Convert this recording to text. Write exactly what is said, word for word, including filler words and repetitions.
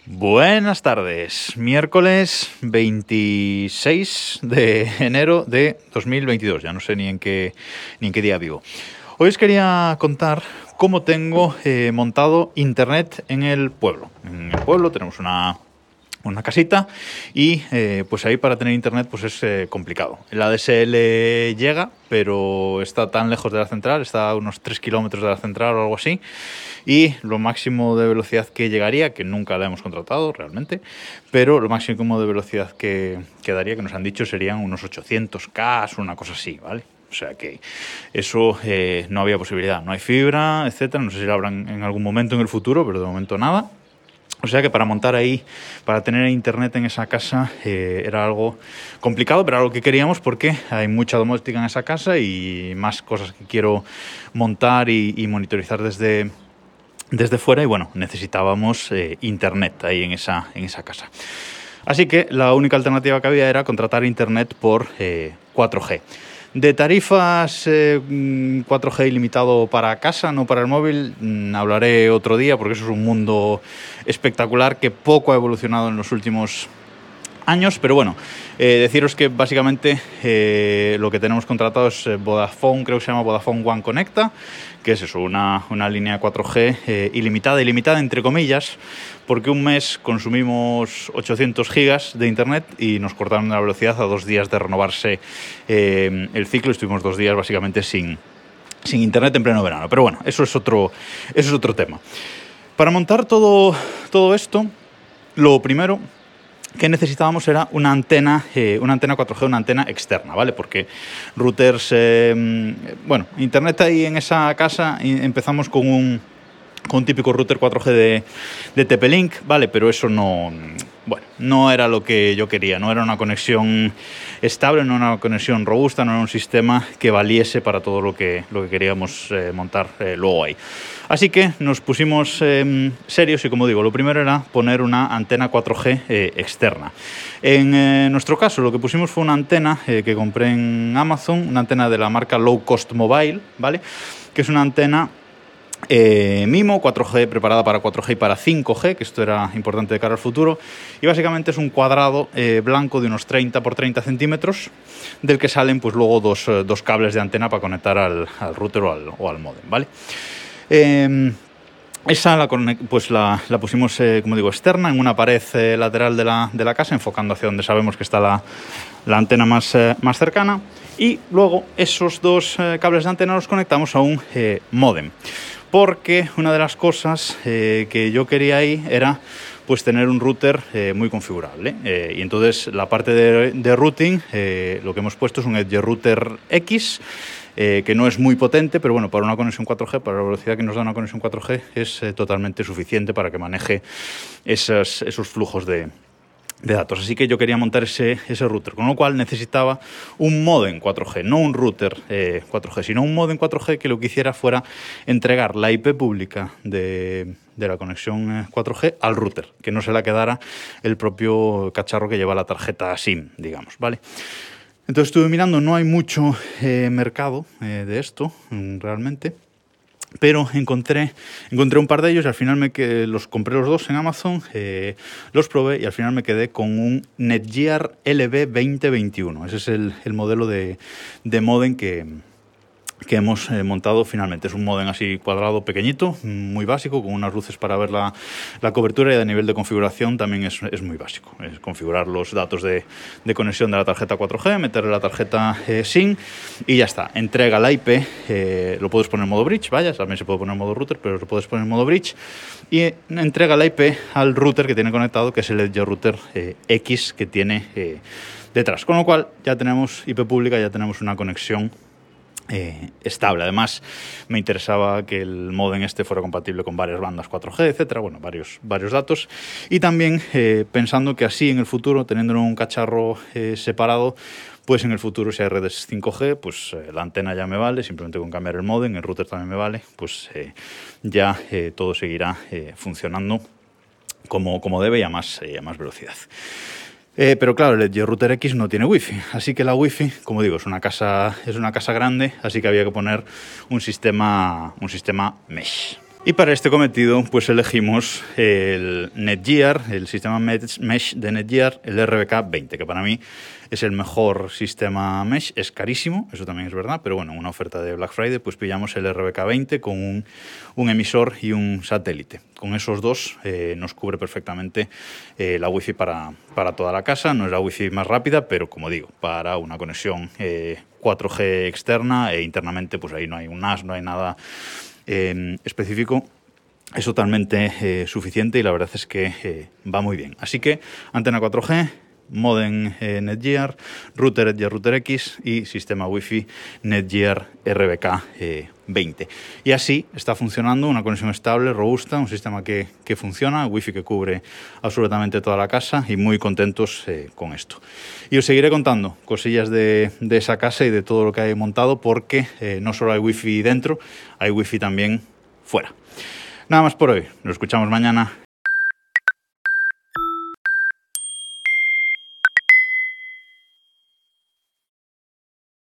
Buenas tardes, miércoles veintiséis de enero de dos mil veintidós, ya no sé ni en qué, ni en qué día vivo. Hoy os quería contar cómo tengo eh, montado internet en el pueblo. En el pueblo tenemos una, una casita y eh, pues ahí para tener internet pues es eh, complicado. El A D S L llega, pero está tan lejos de la central, está a unos tres kilómetros de la central o algo así. Y lo máximo de velocidad que llegaría, que nunca la hemos contratado realmente, pero lo máximo de velocidad que, que daría, que nos han dicho, serían unos ochocientos K, una cosa así, ¿vale? O sea que eso eh, no había posibilidad. No hay fibra, etcétera. No sé si lo habrán en algún momento en el futuro, pero de momento nada. O sea que para montar ahí, para tener internet en esa casa, eh, era algo complicado, pero algo que queríamos porque hay mucha domótica en esa casa y más cosas que quiero montar y, y monitorizar desde... desde fuera y bueno, necesitábamos eh, internet ahí en esa, en esa casa. Así que la única alternativa que había era contratar internet por eh, cuatro G. De tarifas eh, cuatro G ilimitado para casa, no para el móvil, mmm, hablaré otro día porque eso es un mundo espectacular que poco ha evolucionado en los últimos años, pero bueno, eh, deciros que básicamente eh, lo que tenemos contratado es Vodafone, creo que se llama Vodafone One Conecta, que es eso, una, una línea cuatro G eh, ilimitada, ilimitada entre comillas, porque un mes consumimos ochocientos gigas de internet y nos cortaron la velocidad a dos días de renovarse eh, el ciclo. Estuvimos dos días básicamente sin, sin internet en pleno verano, pero bueno, eso es otro, eso es otro tema. Para montar todo, todo esto, lo primero que necesitábamos era una antena, eh, una antena cuatro G, una antena externa, ¿vale? Porque routers, eh, bueno, internet ahí en esa casa empezamos con un, con un típico router cuatro G de, de T P-Link, ¿vale? Pero eso no, bueno, no era lo que yo quería, no era una conexión estable, no era una conexión robusta, no era un sistema que valiese para todo lo que, lo que queríamos eh, montar eh, luego ahí. Así que nos pusimos eh, serios y, como digo, lo primero era poner una antena cuatro G eh, externa. En eh, nuestro caso, lo que pusimos fue una antena eh, que compré en Amazon, una antena de la marca Low Cost Mobile, ¿vale? Que es una antena Eh, MIMO cuatro G, preparada para cuatro G y para cinco G, que esto era importante de cara al futuro, y básicamente es un cuadrado eh, blanco de unos treinta por treinta centímetros, del que salen pues luego dos, eh, dos cables de antena para conectar al, al router o al, o al módem, ¿vale? Eh, esa la, pues la, la pusimos, eh, como digo, externa, en una pared eh, lateral de la, de la casa, enfocando hacia donde sabemos que está la, la antena más, eh, más cercana, y luego esos dos eh, cables de antena los conectamos a un eh, módem. Porque una de las cosas eh, que yo quería ahí era pues tener un router eh, muy configurable. Eh, y entonces la parte de, de routing, eh, lo que hemos puesto es un Edge Router X, eh, que no es muy potente, pero bueno, para una conexión cuatro G, para la velocidad que nos da una conexión cuatro G, es eh, totalmente suficiente para que maneje esas, esos flujos de... de datos. Así que yo quería montar ese, ese router, con lo cual necesitaba un módem cuatro G, no un router eh, cuatro G, sino un módem cuatro G que lo que hiciera fuera entregar la I P pública de, de la conexión cuatro G al router, que no se la quedara el propio cacharro que lleva la tarjeta SIM, digamos, ¿vale? Entonces estuve mirando, no hay mucho eh, mercado eh, de esto, realmente. Pero encontré, encontré un par de ellos y al final me quedé, los compré los dos en Amazon, eh, los probé y al final me quedé con un Netgear L V veinte veintiuno. Ese es el, el modelo de, de módem que, que hemos eh, montado finalmente. Es un módem así cuadrado, pequeñito, muy básico, con unas luces para ver la, la cobertura, y a nivel de configuración también es, es muy básico. Es configurar los datos de, de conexión de la tarjeta cuatro G, meterle la tarjeta eh, SIM y ya está. Entrega la I P, eh, lo puedes poner en modo bridge, vaya, también se puede poner en modo router, pero lo puedes poner en modo bridge, y entrega la I P al router que tiene conectado, que es el Edge Router eh, X que tiene eh, detrás. Con lo cual ya tenemos I P pública, ya tenemos una conexión Eh, estable. Además, me interesaba que el módem este fuera compatible con varias bandas cuatro G, etcétera. Bueno, varios, varios datos. Y también eh, pensando que así en el futuro, teniendo un cacharro eh, separado, pues en el futuro, si hay redes cinco G, pues eh, la antena ya me vale, simplemente con cambiar el módem, el router también me vale, pues eh, ya eh, todo seguirá eh, funcionando como, como debe y a más, eh, a más velocidad. Eh, pero claro, el Edge Router X no tiene wifi, así que la wifi, como digo, es una casa, es una casa grande, así que había que poner un sistema, un sistema mesh. Y para este cometido, pues elegimos el Netgear, el sistema Mesh de Netgear, el R B K veinte, que para mí es el mejor sistema Mesh. Es carísimo, eso también es verdad, pero bueno, en una oferta de Black Friday, pues pillamos el R B K veinte con un, un emisor y un satélite. Con esos dos eh, nos cubre perfectamente eh, la Wi-Fi para, para toda la casa. No es la Wi-Fi más rápida, pero como digo, para una conexión eh, cuatro G externa e internamente, pues ahí no hay un N A S, no hay nada Eh, específico, es totalmente eh, suficiente y la verdad es que eh, va muy bien. Así que antena cuatro G, modem eh, Netgear, router Netgear Router X y sistema Wi-Fi Netgear R B K eh, veinte. Y así está funcionando, una conexión estable, robusta, un sistema que, que funciona, Wi-Fi que cubre absolutamente toda la casa y muy contentos eh, con esto. Y os seguiré contando cosillas de, de esa casa y de todo lo que hay montado, porque eh, no solo hay Wi-Fi dentro, hay Wi-Fi también fuera. Nada más por hoy, nos escuchamos mañana.